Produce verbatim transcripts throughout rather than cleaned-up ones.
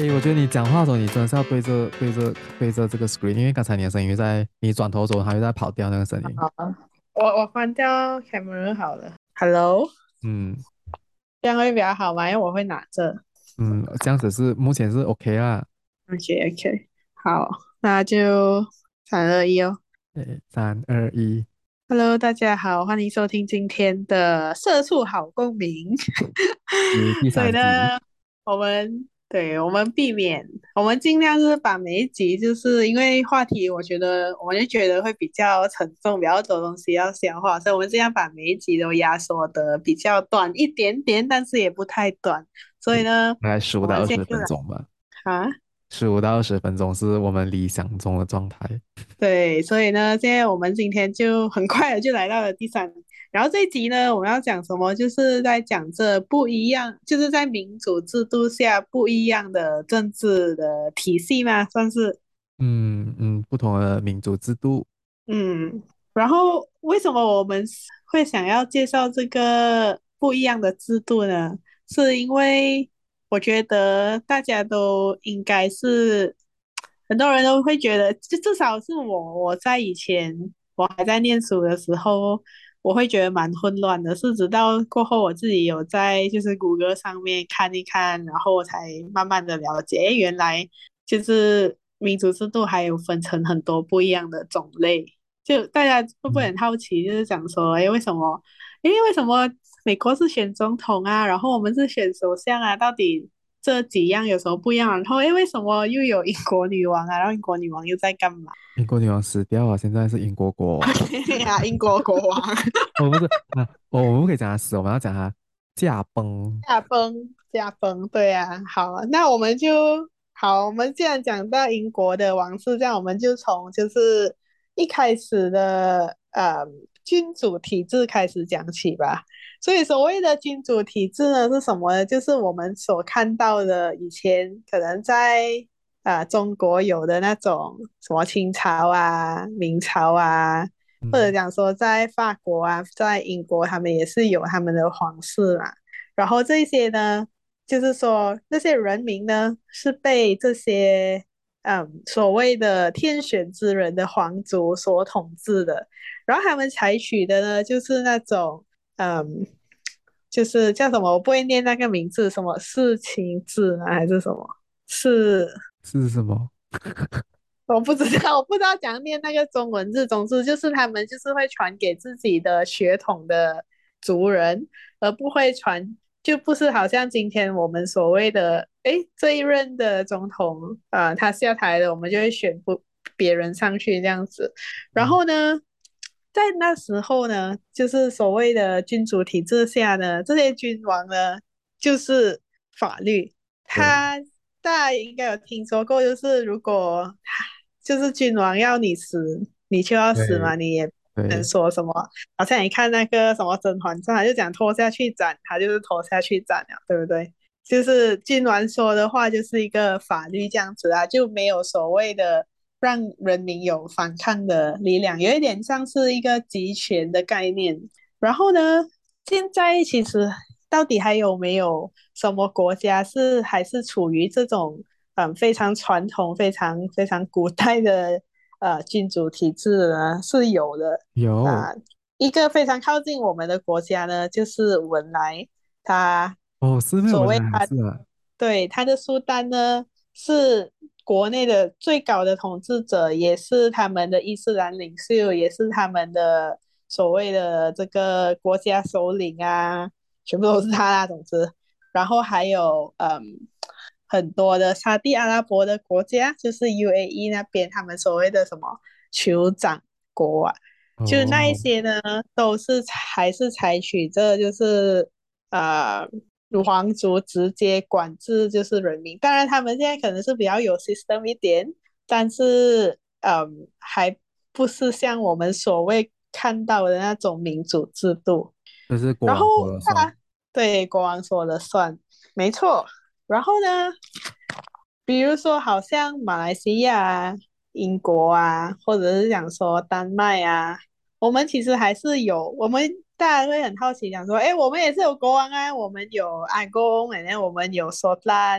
诶，我觉得你讲话的时候，你真的是要对着对着对着这个 screen，因为刚才你的声音会在你转头的时候，它会在跑掉那个声音。 好，我我关掉 camera 好了。Hello， 嗯这样会比较好吗？因为我会拿着。 嗯，这样子是目前是 OK 啦。 OK OK，好，那就三二一哦。 诶，三二一， Hello，大家好，欢迎收听今天的社畜好公民。 是第所以三集。 呢，我们对我们避免，我们尽量是把每一集，就是因为话题，我觉得我们就觉得会比较沉重，比较多东西要消化，所以我们尽量把每一集都压缩的比较短一点点，但是也不太短。所以对， 呢， 大概十五我到二十们现在就来分钟吧。 啊。 十五到二十分钟是我们理想中的状态。 对，所以呢，现在我们今天就很快的就来到了第三，然后这一集呢，我们要讲什么？就是在讲这不一样，就是在民主制度下不一样的政治的体系嘛，算是。 嗯嗯，不同的民主制度。 嗯，然后为什么我们会想要介绍这个不一样的制度呢？是因为我觉得大家都应该是，很多人都会觉得，就至少是我，我在以前我还在念书的时候，我会觉得蛮混乱的，是直到过后我自己有在就是谷歌上面看一看，然后我才慢慢的了解，诶，原来就是民主制度还有分成很多不一样的种类。就大家会不会嗯很好奇，就是讲说，哎，为什么？哎，为什么美国是选总统啊，然后我们是选首相啊？到底这几样有什么不一样？然后，哎，为什么又有英国女王啊？然后英国女王又在干嘛？ 英国女王死掉了，现在是英国国王。 对呀，英国国王哦，不是，啊，我我们不可以讲她死，我们要讲她驾崩。 驾崩，驾崩，对呀。好，那我们就好，我们既然讲到英国的王室，这样我们就从就是一开始的呃君主体制开始讲起吧。所以所谓的君主体制呢是什么呢？就是我们所看到的以前可能在啊、呃中国有的那种什么清朝啊、明朝啊，或者嗯， 讲说在法国啊、在英国，他们也是有他们的皇室嘛。然后这些呢，就是说那些人民呢是被这些嗯所谓的天选之人的皇族所统治的，然后他们采取的呢就是那种嗯，就是叫什么，我不会念那个名字，什么世情制吗？还是什么？是是什么？ 我不知道，我不知道讲念那个中文字，总之就是他们就是会传给自己的血统的族人，而不会传，就不是好像今天我们所谓的，诶，这一任的总统，呃，他下台了，我们就会选不别人上去这样子。然嗯， 后呢，在那时候呢，就是所谓的君主体制下呢，这些君王呢，就是法律。 对他大家应该有听说过，就是如果就是君王要你死，你就要死对嘛，你也不能对， 说什么。好像你看那个什么《甄嬛传》，他就讲拖下去斩，他就是拖下去斩了，对不对？就是君王说的话就是一个法律这样子啊，就没有所谓的让人民有反抗的力量，有一点像是一个集权的概念。然后呢，现在其实到底还有没有什么国家是还是处于这种嗯非常传统、非常非常古代的呃君主体制呢？是有的。 有。 那一个非常靠近我们的国家呢，就是文莱，它哦，是没有文莱还所谓它是啊？ 对它的苏丹呢是国内的最高的统治者，也是他们的伊斯兰领袖，也是他们的所谓的这个国家首领啊，全部都是他啦。总之，然后还有嗯很多的沙地阿拉伯的国家，就是 U A E 那边，他们所谓的什么酋长国啊，就那一哦， 些呢，都是还是采取这就是呃皇族直接管制就是人民。当然，他们现在可能是比较有 system 一点，但是嗯，还不是像我们所谓看到的那种民主制度。 就是国然后王说了算。 他对国王说了算，没错。然后呢，比如说好像马来西亚啊、英国啊，或者是讲说丹麦啊，我们其实还是有，我们大家会很好奇，讲说，哎，我们也是有国王啊，我们有阿公，然后我们有索兰，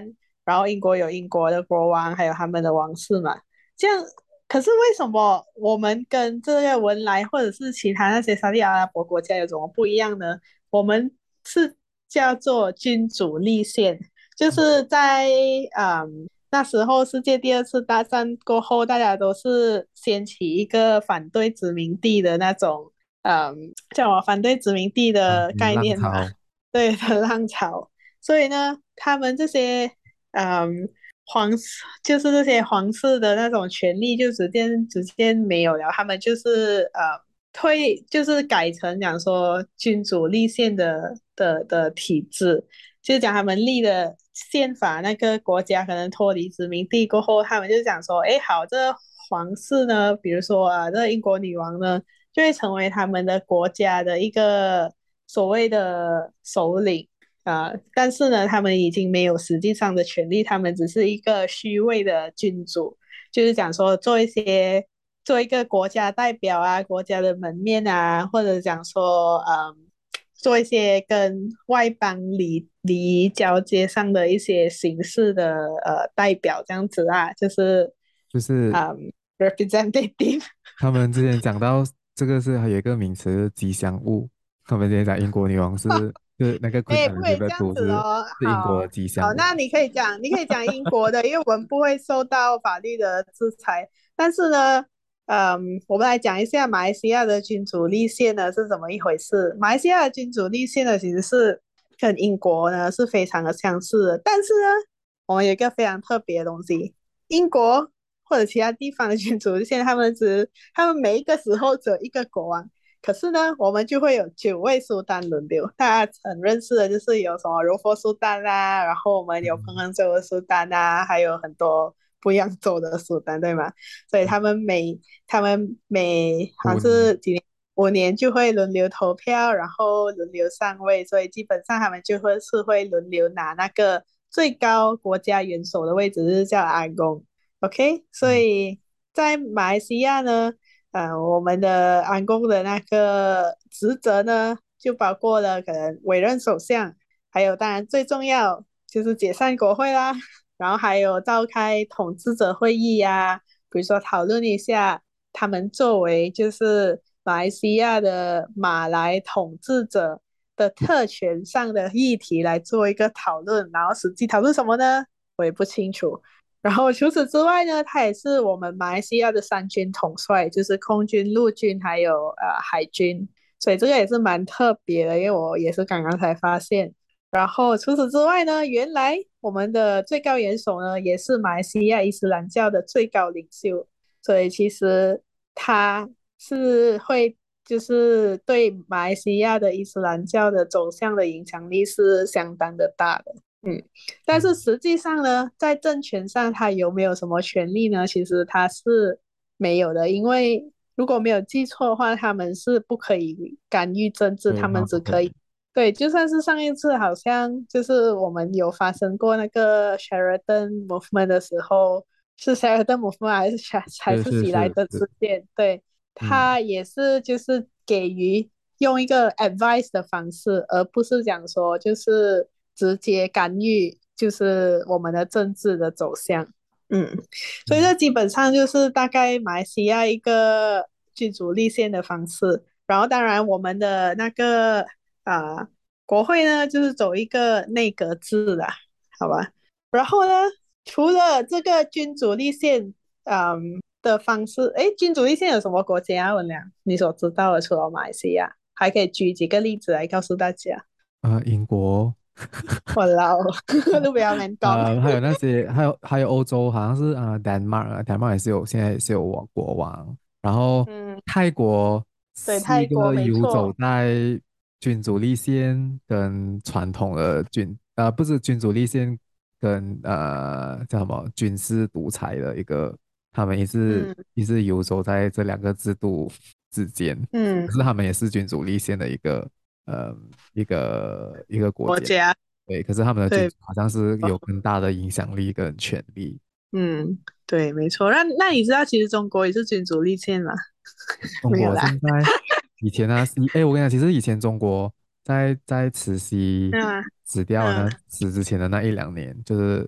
然后英国有英国的国王，还有他们的王室嘛。这样，可是为什么我们跟这个文莱或者是其他那些沙特阿拉伯国家有什么不一样呢？我们是叫做君主立宪，就是在嗯那时候世界第二次大战过后，大家都是掀起一个反对殖民地的那种嗯叫我反对殖民地的嗯， 概念嘛， 浪潮。 对的浪潮。所以呢，他们这些嗯皇室就是这些皇室的那种权利就直接直接没有了，他们就是呃退就是改成讲说君主立宪的的的体制，就是讲他们立的宪法，那个国家可能脱离殖民地过后，他们就讲说，哎，好，这个皇室呢，比如说啊，这个英国女王呢，就会成为他们的国家的一个所谓的首领。啊、呃但是呢，他们已经没有实际上的权利，他们只是一个虚位的君主，就是讲说做一些做一个国家代表啊，国家的门面啊，或者讲说，嗯，做一些跟外邦礼礼仪交接上的一些形式的呃代表，这样子啊，就是就是嗯 representative。 他们之前讲到这个是还有一个名词吉祥物，他们之前讲英国女王是就是那个 Queen 哎，不可以这 Elizabeth 样 two 是子哦。 是英国的好，好， 吉祥物。 那你可以讲，你可以讲英国的，因为我们不会受到法律的制裁。但是呢，嗯，我们来讲一下马来西亚的君主立宪呢是怎么一回事。马来西亚的君主立宪呢，其实是跟英国呢是非常的相似的，但是呢，我们有一个非常特别的东西，英国或者其他地方的君主立宪，他们只他们每一个时候只有一个国王。可是呢，我们就会有九位苏丹轮流，大家很认识的就是有什么柔佛苏丹啦，然后我们有彭嗯亨州的苏丹啊，还有很多不一样州的苏丹，对吗？所以他们每他们每好像五年。 是几年五年就会轮流投票，然后轮流上位，所以基本上他们就会是会轮流拿那个最高国家元首的位置，就是叫阿公。OK，所嗯以在马来西亚呢。呃，我们的安公的那个职责呢，就包括了可能委任首相，还有当然最重要就是解散国会啦，然后还有召开统治者会议呀、啊，比如说讨论一下他们作为就是马来西亚的马来统治者的特权上的议题来做一个讨论，然后实际讨论什么呢？我也不清楚。然后除此之外呢，他也是我们马来西亚的三军统帅，就是空军、陆军还有呃海军，所以这个也是蛮特别的，因为我也是刚刚才发现。然后除此之外呢，原来我们的最高元首呢也是马来西亚伊斯兰教的最高领袖，所以其实他是会就是对马来西亚的伊斯兰教的走向的影响力是相当的大的。嗯。但是嗯实际上呢，在政权上他有没有什么权利呢？其实他是没有的，因为如果没有记错的话，他们是不可以干预政治， 对， 他他不可以。 们只可以对，就算是上一次好像就是我们有发生过那个 Sheraton Movement 的时候，是 Sheraton Movement 还是还是是是喜来登是是。 事件？对， 嗯他也是就是给予用一个 advice 的方式，而不是讲说就是直接干预，就是我们的政治的走向。嗯，所以嗯这基本上就是大概马来西亚一个君主立宪的方式。然后当然我们的那个啊、呃国会呢，就是走一个内阁制啦，好吧？然后呢，除了这个君主立宪，嗯的方式，诶，君主立宪有什么国家啊？文良，你所知道的，除了马来西亚，还可以举几个例子来告诉大家。 呃，英国。 我老，都不要乱讲。 呃，还有那些，还有还有欧洲，好像是啊，丹麦啊，丹麦也是有现在也是有王国王，然后嗯， 泰国对， 是一泰国个游走没错。 在君主立宪跟传统的君呃不是君主立宪跟呃叫什么军事独裁的一个，他们也是嗯也是游走在这两个制度之间， 嗯， 可是他们也是君主立宪的一个呃一个一个国家。 国家对，可是他们的君对。 主好像是有更大的影响力跟权力。 嗯，对，没错。那那你知道其实中国也是君主立宪吗？ 中没有啦。 国现在以前呢、是哎，我跟你讲，其实以前中国在在慈禧嗯死掉嗯那死之前的那一两年，就是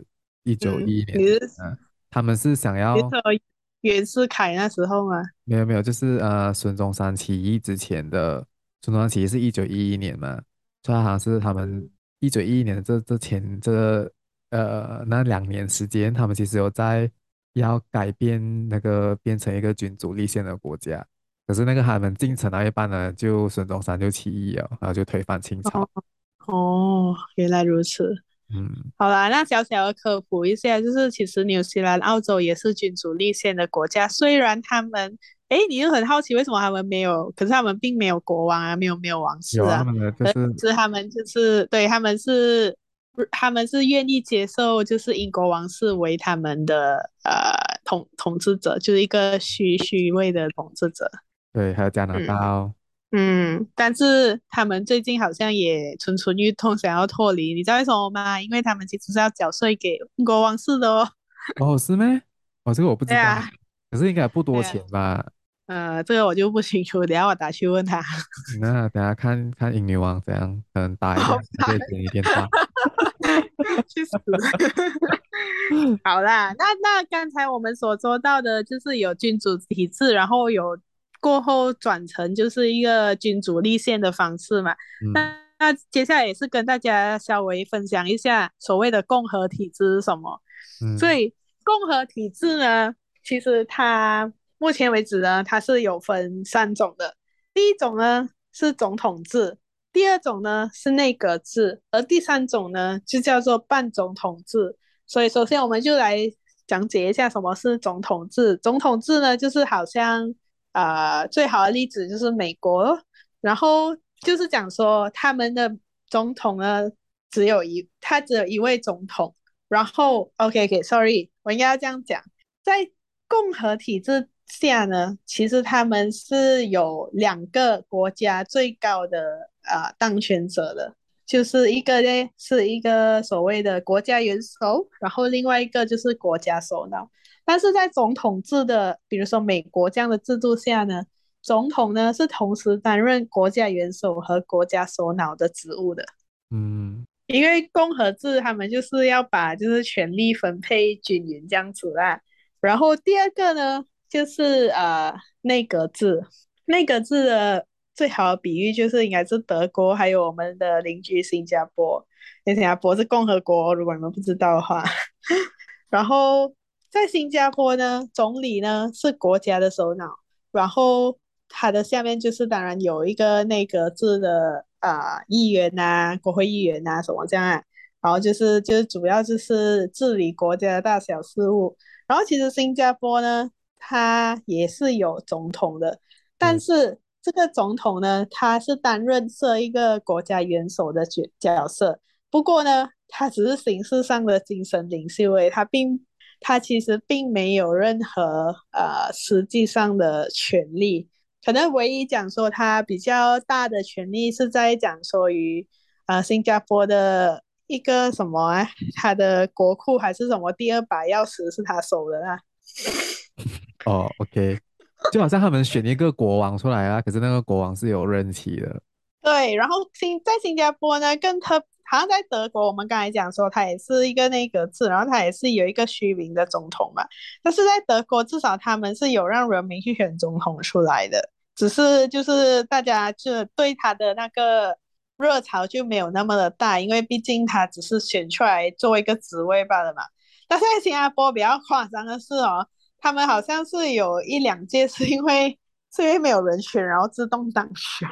一九嗯， 一一年之前， 你是嗯，他们是想要你是说袁世凯那时候吗？ 没有没有，就是呃孙中山起义之前的孙中山起义是一九一一年嘛，所以好像是他们一九一一年的这这前这呃那两年时间，他们其实有在要改变那个变成一个君主立宪的国家，可是那个他们进程到一半呢，就孙中山就起义了，然后就推翻清朝。 哦哦，原来如此。 嗯， 好啦，那小小的科普一下，就是其实纽西兰、澳洲也是君主立宪的国家，虽然他们，诶，你就很好奇为什么他们没有，可是他们并没有国王啊，没有没有王室有啊，他啊， 们的就可是是他们就是对他们是他们是愿意接受就是英国王室为他们的呃统统治者，就是一个虚虚位的统治者。 对，还有加拿大嗯。 哦。 嗯，但是他们最近好像也蠢蠢欲动，想要脱离，你知道为什么吗？因为他们其实是要缴税给英国王室的哦。 哦，是咩？哦，这个我不知道， 对啊， 可是应该不多对啊， 钱吧？ 呃，这个我就不清楚，等一下我打去问他。 那等下看看英女王怎样，可能打一下， 好吧， 还可以接你电话。 去死！好啦，那那刚才我们所说到的，就是有君主体制，然后有过后转成就是一个君主立宪的方式嘛。 嗯那那接下来也是跟大家稍微分享一下所谓的共和体制是什么。所嗯以共和体制呢，其实它目前为止呢，它是有分三种的。第一种呢是总统制，第二种呢是内阁制，而第三种呢就叫做半总统制。所以首先我们就来讲解一下什么是总统制。总统制呢，就是好像呃最好的例子就是美国，然后就是讲说他们的总统呢只有一，他只有一位总统。然后 OK OK，sorry，我应该要这样讲，在共和体制下呢，其实他们是有两个国家最高的呃当权者的，就是一个呢是一个所谓的国家元首，然后另外一个就是国家首脑。但是在总统制的，比如说美国这样的制度下呢，总统呢是同时担任国家元首和国家首脑的职务的。 嗯因为共和制他们就是要把就是权力分配均匀这样子啦。然后第二个呢，就是呃内阁制，内阁制的最好的比喻就是应该是德国还有我们的邻居新加坡，因为新加坡是共和国，如果你们不知道的话。然后在新加坡呢，总理呢是国家的首脑，然后他的下面就是当然有一个内阁制的啊、呃议员呐、国会议员呐、什么这样啊，然后就是就是主要就是治理国家的大小事务。然后其实新加坡呢，它也是有总统的，但对， 是这个总统呢，他是担任这一个国家元首的角角色，不过呢，他只是形式上的精神领袖诶，他并他其实并没有任何呃实际上的权利，可能唯一讲说他比较大的权利是在讲说于呃新加坡的一个什么啊，他的国库还是什么第二把钥匙是他手的啊。 哦，OK，就好像他们选一个国王出来啊，可是那个国王是有任期的。 对，然后新在新加坡呢，更特，好像在德国，我们刚才讲说它也是一个内阁制，然后它也是有一个虚名的总统嘛。但是在德国，至少他们是有让人民去选总统出来的，只是就是大家就对他的那个热潮就没有那么的大，因为毕竟他只是选出来做一个职位罢了嘛。但是在新加坡比较夸张的是哦，他们好像是有一两届是因为是因为没有人选，然后自动当选。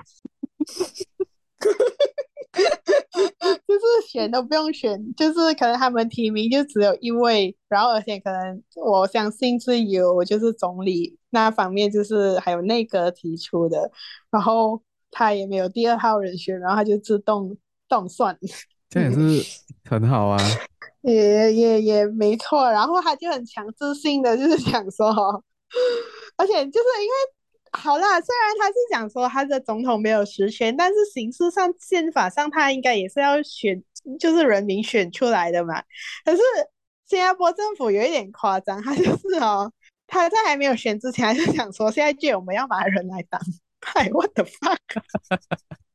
就是选都不用选，就是可能他们提名就只有一位，然后而且可能我相信是由就是总理那方面就是还有内阁提出的，然后他也没有第二号人选，然后他就自动动算。 这样也是很好啊。 也也也没错，然后他就很强制性的就是想说，而且就是因为好啦，虽然他是讲说他的总统没有实权，但是形式上、宪法上他应该也是要选，就是人民选出来的嘛。可是新加坡政府有一点夸张，他就是哦，他在还没有选之前，他就想说现在就我们要把人来当，哎，what the fuck？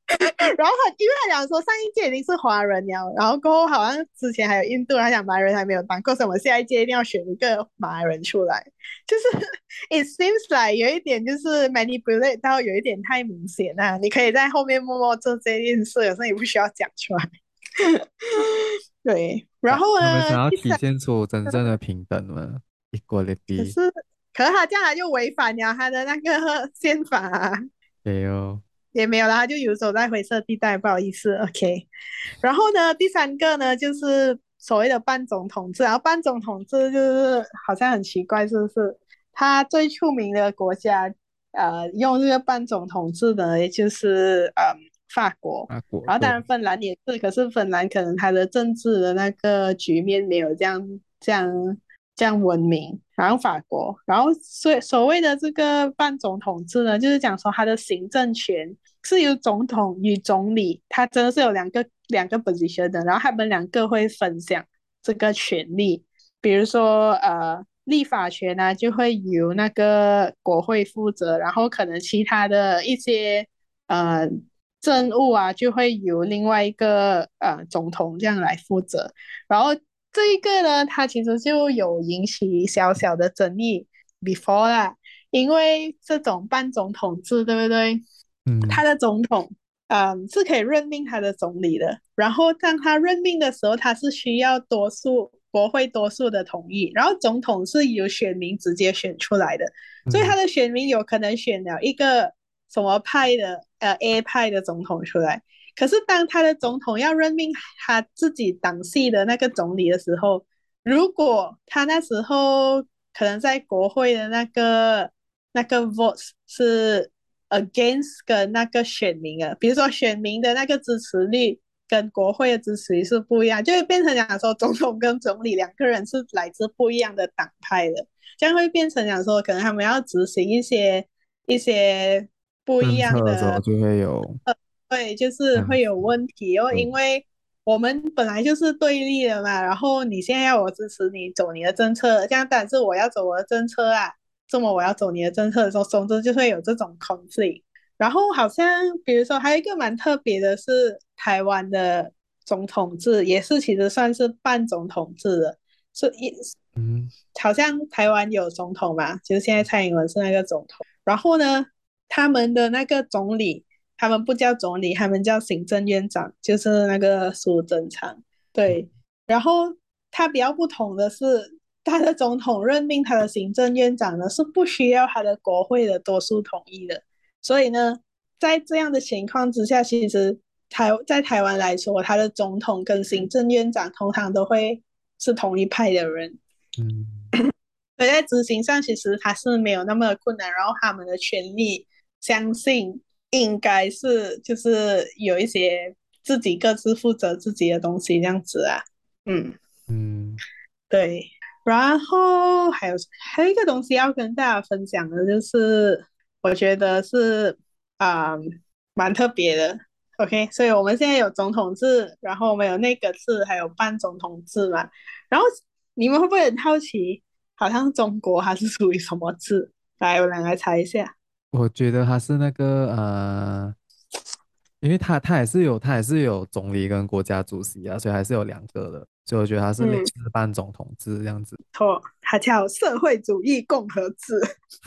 然后他因为他讲说上一届已经是华人了，然后过后好像之前还有印度人，他讲马来人还没有当过，所以我们下一届一定要选一个马来人出来。就是 it seems like 有一点就是 manipulate 到有一点太明显了，你可以在后面默默做这件事，有时候你不需要讲出来。对，然啊后呢， 他们想要第三体现出真正的平等嘛，equality。 可是可是他这样他就违反了他的那个宪法啊。 对哦。 也没有啦，他就游走在灰色地带，不好意思，OK。然后呢，第三个呢，就是所谓的半总统制，然后半总统制就是好像很奇怪，是不是？他最出名的国家，呃，用这个半总统制的，也就是嗯法国， 法国对。 然后当然芬兰也是，可是芬兰可能它的政治的那个局面没有这样这样这样文明，然后法国，然后所所谓的这个半总统制呢，就是讲说他的行政权是由总统与总理，他真的是有两个两个 position 的，然后他们两个会分享这个权利，比如说呃。立法权呢、就会由那个国会负责，然后可能其他的一些呃政务啊，就会由另外一个呃总统这样来负责。然后这一个呢，它其实就有引起小小的争议 before 啦，因为这种半总统制，对不对？ 嗯他的总统，嗯，是可以任命他的总理的。然后当他任命的时候，他是需要多数国会多数的同意。然后总统是由选民直接选出来的，所以嗯他的选民有可能选了一个什么派的，呃 A 派的总统出来。可是当他的总统要任命他自己党系的那个总理的时候，如果他那时候可能在国会的那个那个 vote 是 against 跟那个选民啊，比如说选民的那个支持率跟国会的支持率是不一样，就会变成讲说总统跟总理两个人是来自不一样的党派的，这样会变成讲说可能他们要执行一些一些不一政策的时候样的， 就会有对，就是这样子。 会有问题哦， 对。 因为我们本来就是对立的嘛，然后你现在要我支持你走你的政策，这样但是我要走我的政策啊，这么我要走你的政策的时候，总之就会有这种 conflict。然后好像比如说还有一个蛮特别的是台湾的总统制，也是其实算是半总统制的，是一嗯好像台湾有总统嘛，就是现在蔡英文是那个总统，然后呢，他们的那个总理。他们不叫总理，他们叫行政院长，就是那个苏贞昌。对，然后他比较不同的是，他的总统任命他的行政院长呢，是不需要他的国会的多数同意的。所以呢，在这样的情况之下，其实台在台湾来说，他的总统跟行政院长通常都会是同一派的人。 嗯所以在执行上，其实他是没有那么困难，然后他们的权利，相信应该是就是有一些自己各自负责自己的东西这样子啊。嗯， 嗯对。然后还有还有一个东西要跟大家分享的，就是我觉得是啊、呃蛮特别的。OK，所以我们现在有总统制，然后我们有内阁制，还有半总统制嘛。然后你们会不会很好奇，好像中国它是属于什么制？来，我们来猜一下。 我觉得他是那个呃，因为他他也是有他也是有总理跟国家主席啊，所以还是有两个的，所以我觉得他是类嗯， 似半总统制这样子。 错，它叫社会主义共和制。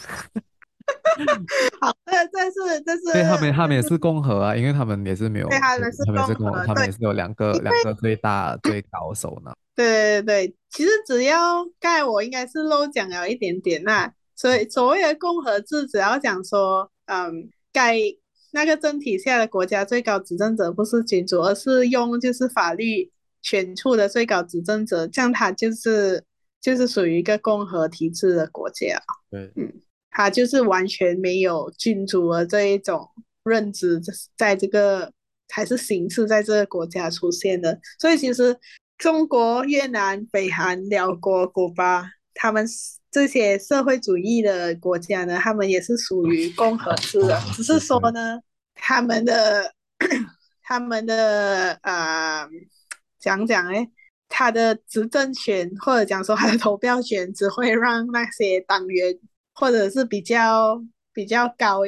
好，这这是这是对，他们他们也这是是共和啊，因为他们也是没有， 对他们是他们也是共和， 共和，对， 他们也是有两个两个最大最高首脑。 对对对，其实只要刚才我应该是漏讲了一点点啦，所以所谓的共和制，只要讲说，嗯，该那个政体下的国家最高执政者不是君主，而是用就是法律选出的最高执政者，这样它就是就是属于一个共和体制的国家。 对。 嗯，它就是完全没有君主的这一种认知，在这个还是形式在这个国家出现的。所以其实中国、越南、北韩、辽国、古巴，他们这些社会主义的国家呢，他们也是属于共和制的， 共和只是说制对。 呢，他们的他们的呃讲讲哎，他的执政权或者讲说他的投票权只会让那些党员或者是比较比较高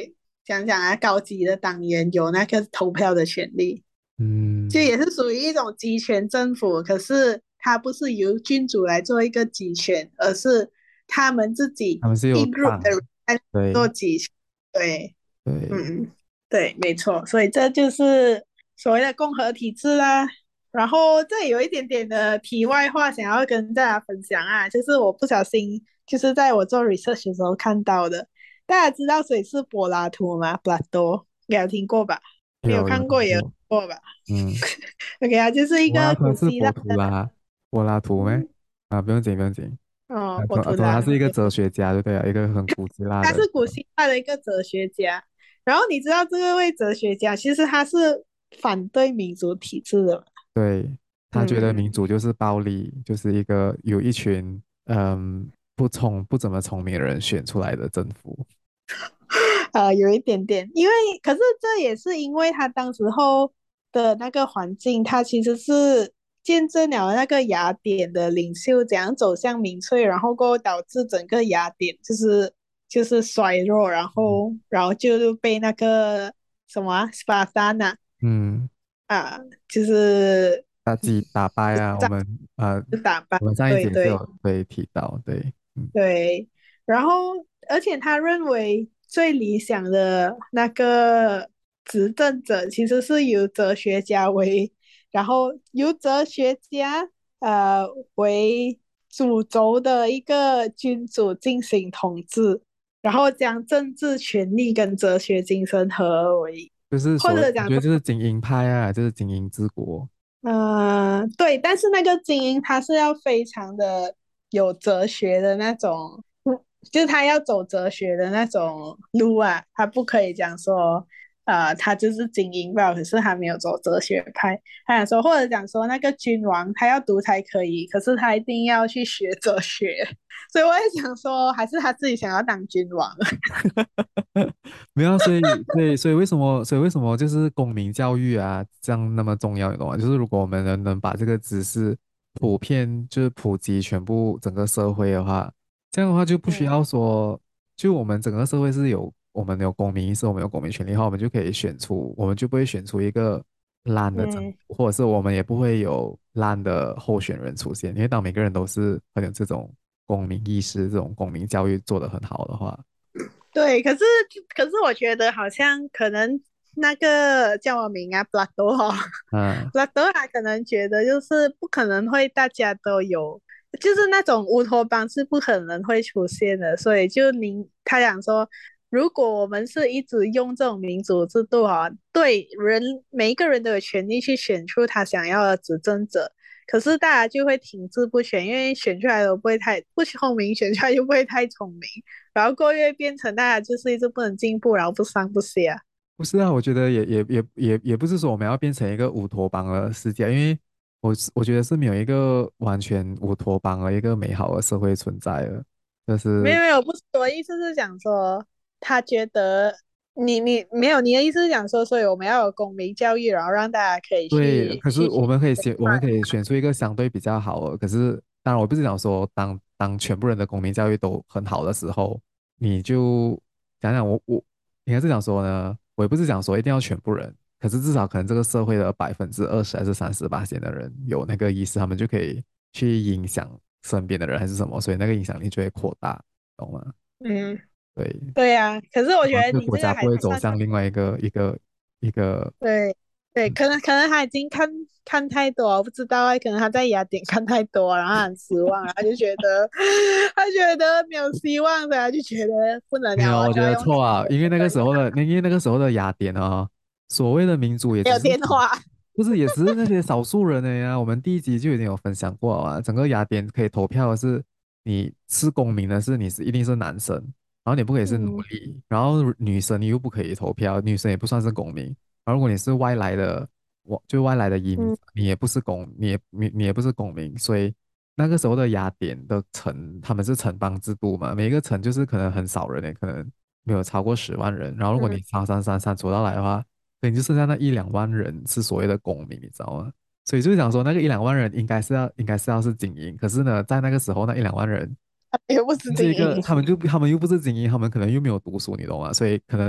讲讲啊，高级的党员有那个投票的权利，就嗯， 也是属于一种集权政府。可是它不是由君主来做一个集权，而是他们自己他们是有一 group 的党， 人来做对集权。对， 对， 嗯，对，没错，所以这就是所谓的共和体制啦。然后这有一点点的题外话，想要跟大家分享啊，就是我不小心就是在我做 research 的时候看到的。大家知道谁是柏拉图吗？柏拉多，应该有听过吧？没有有有看过也有听听过， 过吧嗯， ？OK 啊，就是一柏拉个古图是柏希腊的， 图拉，柏拉图咩？ 嗯， 啊，不用紧不用紧， 哦， 啊，总啊总他柏图拉， 是一个哲学家，对不对啊？一个很古希腊的， 他是古希腊的一个哲学家。然后你知道这位哲学家，其实他是反对民主体制的嘛。 对，他觉得嗯， 民主就是暴力，就是一个有一群嗯不聪不怎么聪明的人选出来的政府。 呃，有一点点，因为可是这也是因为他当时候的那个环境，他其实是见证了那个雅典的领袖怎样走向民粹，然后过后导致整个雅典就是就是衰弱，然嗯， 后然后就被那个什么啊斯巴达那嗯啊，就是打击打败啊，我们呃， 打败， 我们上一节是有对对。 被提到，对，嗯， 对，然后而且他认为最理想的那个执政者其实是由哲学家为，然后由哲学家呃为主轴的一个君主进行统治，然后将政治权力跟哲学精神合而为一， 就是所谓，我或者讲说觉得就是精英派啊，就是精英治国， 嗯、呃对，但是那个精英他是要非常的有哲学的那种，嗯就是他要走哲学的那种路啊，他不可以讲说，呃，他就是精英吧，可是他没有走哲学派，他想说，或者讲说那个君王他要独裁可以，可是他一定要去学哲学，所以我也想说，还是他自己想要当君王。 没有啊，所以所以所以为什么所以为什么就是公民教育啊这样那么重要，你懂吗？就是如果我们能能把这个知识普遍就是普及全部整个社会的话，这样的话就不需嗯要说，就我们整个社会是有我们有公民意识，我们有公民权利的话，我们就可以选出，我们就不会选出一个烂的政嗯。 府，或者是我们也不会有烂的候选人出现，因为当每个人都是很有这种公民意识、这种公民教育做得很好的话。 对，可是可是我觉得好像可能那个叫我名啊，布拉多哈， 嗯， 布拉多他可能觉得就是不可能会大家都有，就是那种乌托邦是不可能会出现的，所以就您他想说，如果我们是一直用这种民主制度啊，对人每一个人都有权利去选出他想要的执政者，可是大家就会停滞不前，因为选出来的不会太不聪明，选出来又不会太聪明。然后过后又变成大家就是一直不能进步，然后不上不下。 不是啊，我觉得也也也也也不是说我们要变成一个乌托邦的世界，因为我是我觉得是没有一个完全乌托邦的一个美好的社会存在的，就是没有没有，不是我的意思是讲说，他觉得你你没有你的意思是讲说，所以我们要有公民教育，然后让大家可以对，可是去去去我们可以选，我们可以选出一个相对比较好的。可是，当然，我不是讲说当当全部人的公民教育都很好的时候，你就讲讲我我应该是讲说呢，我也不是讲说一定要全部人，可是至少可能这个社会的百分之二十还是三十八线的人有那个意识，他们就可以去影响身边的人还是什么，所以那个影响力就会扩大，懂吗？ 嗯， 对， 对呀、啊可是我觉得这个你这个国家不会走还不算向另外一个一个一个。 对对，可能可能他已经看看太多，我不知道啊，可能他在雅典看太多，然后他很失望，然后就觉得他觉得没有希望的，他就觉得不能了， 没有，我觉得我就要用错啊，因为那个时候的，那因为那个时候的雅典啊，所谓的民主也没有只是电话， 不是也只是那些少数人的呀。我们第一集就已经有分享过了啊，整个雅典可以投票的是你是公民的是你是一定是男生，然后你不可以是奴嗯隶，然后女生你又不可以投票，女生也不算是公民。然后如果你是外来的，我就外来的移民， 嗯你也不是公，你也你你也不是公民，所以那个时候的雅典的城，他们是城邦制度嘛，每一个城就是可能很少人也可能没有超过十万人。然后如果嗯你杀杀杀杀出到来的话，可能就剩下那一两万人是所谓的公民，你知道吗？所以就是讲说，那个一两万人应该是要应该是要是精英，可是呢，在那个时候那一两万人又不是就是一个， 精英， 他们就他们又不是精英，他们可能又没有读书，你懂吗？所以可能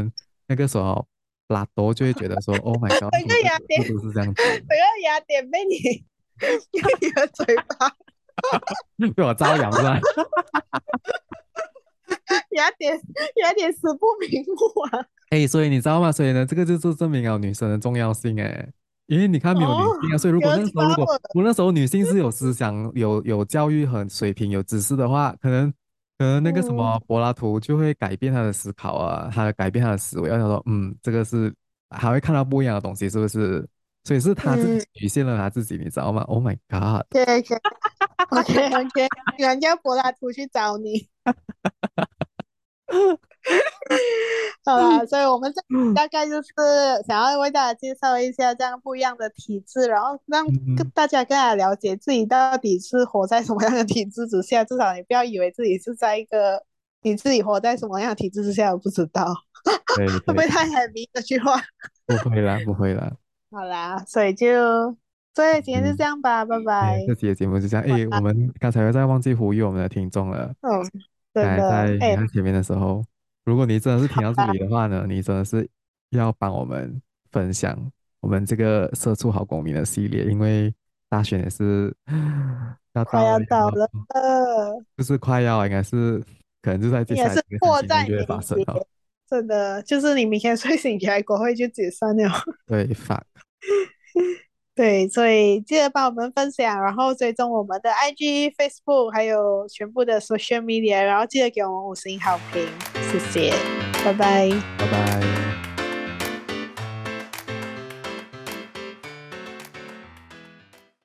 那个时候拉多就会觉得说，Oh my God，为整个什么这雅典， 个这都是这样子的？ 整个雅典被你被你的嘴巴， 被我招摇是吧？ 雅典雅典死不瞑目啊！ 哎，所以你知道吗？所以呢，这个就是证明了女生的重要性哎，因为你看没有哦女性啊，所以如果那个时候，如果 ，girls power， 如果那时候女性是有思想、有有教育和水平、有知识的话，可能可能那个什嗯么柏拉图就会改变他的思考啊，他改变他的思维，要他说，嗯，这个是还会看到不一样的东西，是不是？所以是他自己嗯局限了他自己，你知道吗？Oh my God！ ，OK OK OK OK，人家柏拉图去找你。好啦，所以我们这大概就是想要为大家介绍一下这样不一样的体质，然后让嗯， 大家更加了解自己到底是活在什么样的体质之下。至少你不要以为自己是在一个你自己活在什么样的体质之下，我不知道对对对， 会不会太 heavy 这句话？ 不会啦，不会啦。 好啦，所以就所以今天就这嗯， 样吧，拜哎，这拜。 期的节目就这样。哎，我们刚才又在忘记呼吁我们的听众了。 嗯， 刚才真的，哎， 在你看前面的时候，如果你真的是听到这啊， 里的话呢，你真的是要帮我们分享我们这个社畜好公民的系列，因为大选也是要快到了， 要到了， 就是快要，应该是可能就在接下也是来几个星迫在期内就会发眉睫， 生了。 真的，就是你明天睡醒起来国会就解散了。 对，fuck， 对，所以记得帮我们分享，然后追踪我们的 I G、Facebook，还有全部的 social media，然后记得给我们五星好评，谢谢，拜拜。 拜拜。